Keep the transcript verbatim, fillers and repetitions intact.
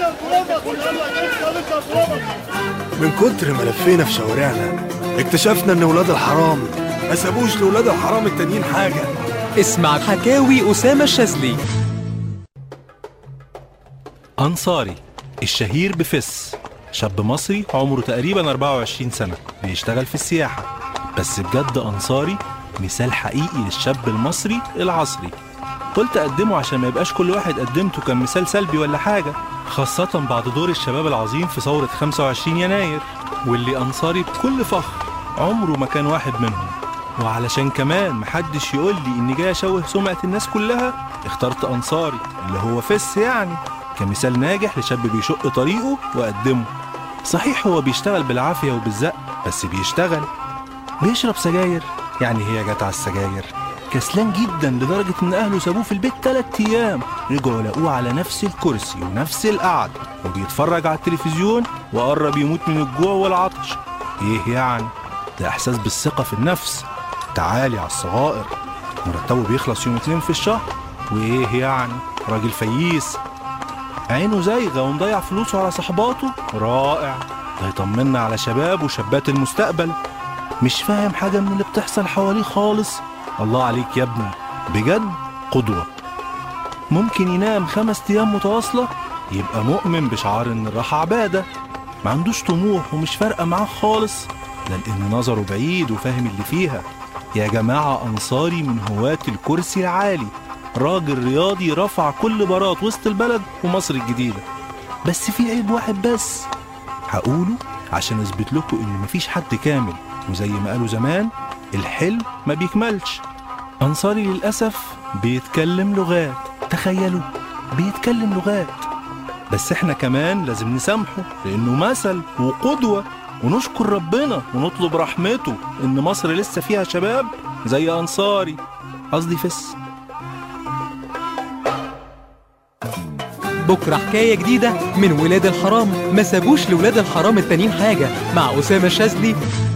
من كتر ما لفينا في شوارعنا اكتشفنا ان ولاد الحرام ما سابوش لولاد الحرام التانيين حاجة. اسمع حكاوي أسامة الشاذلي. أنصاري الشهير بفس، شاب مصري عمره تقريبا أربعة وعشرين سنة بيشتغل في السياحة، بس بجد أنصاري مثال حقيقي للشاب المصري العصري. قلت أقدمه عشان ما يبقاش كل واحد قدمته كان مثال سلبي ولا حاجة، خاصة بعد دور الشباب العظيم في ثورة خمسة وعشرين يناير، واللي أنصاري بكل فخر عمره ما كان واحد منهم. وعلشان كمان محدش يقول لي إني جاي أشوه سمعة الناس كلها، اخترت أنصاري اللي هو فس يعني كمثال ناجح لشاب بيشق طريقه وقدمه. صحيح هو بيشتغل بالعافية وبالزق، بس بيشتغل. بيشرب سجاير، يعني هي جت على السجاير. كسلان جدا لدرجة ان اهله سابوه في البيت تلات ايام، رجعوا لقوه على نفس الكرسي ونفس القعدة وبيتفرج على التلفزيون وقرب يموت من الجوع والعطش. ايه يعني؟ ده احساس بالثقة في النفس، تعالي على الصغائر. مرتبه بيخلص يوم اتنين في الشهر، وايه يعني؟ راجل فييس، عينه زايغة ومضيع فلوسه على صحباته. رائع، ده يطمنا على شباب وشابات المستقبل. مش فاهم حاجة من اللي بتحصل حواليه خالص. الله عليك يا ابني، بجد قدوة. ممكن ينام خمس ايام متواصلة يبقى مؤمن بشعار ان الراحة عبادة. ما عندوش طموح ومش فارقة معاه خالص، ده لان نظره بعيد وفاهم اللي فيها. يا جماعة أنصاري من هواة الكرسي العالي، راجل رياضي رفع كل برات وسط البلد ومصر الجديدة. بس في عيب واحد بس هقوله عشان اثبت لكم ان مفيش حد كامل، وزي ما قالوا زمان الحلم ما بيكملش. أنصاري للأسف بيتكلم لغات، تخيلوا بيتكلم لغات. بس احنا كمان لازم نسامحه لأنه مثل وقدوة، ونشكر ربنا ونطلب رحمته إن مصر لسه فيها شباب زي أنصاري، قصدي فس. بكرة حكاية جديدة من ولاد الحرام ما سابوش لولاد الحرام التانيين حاجة، مع أسامة الشاذلي.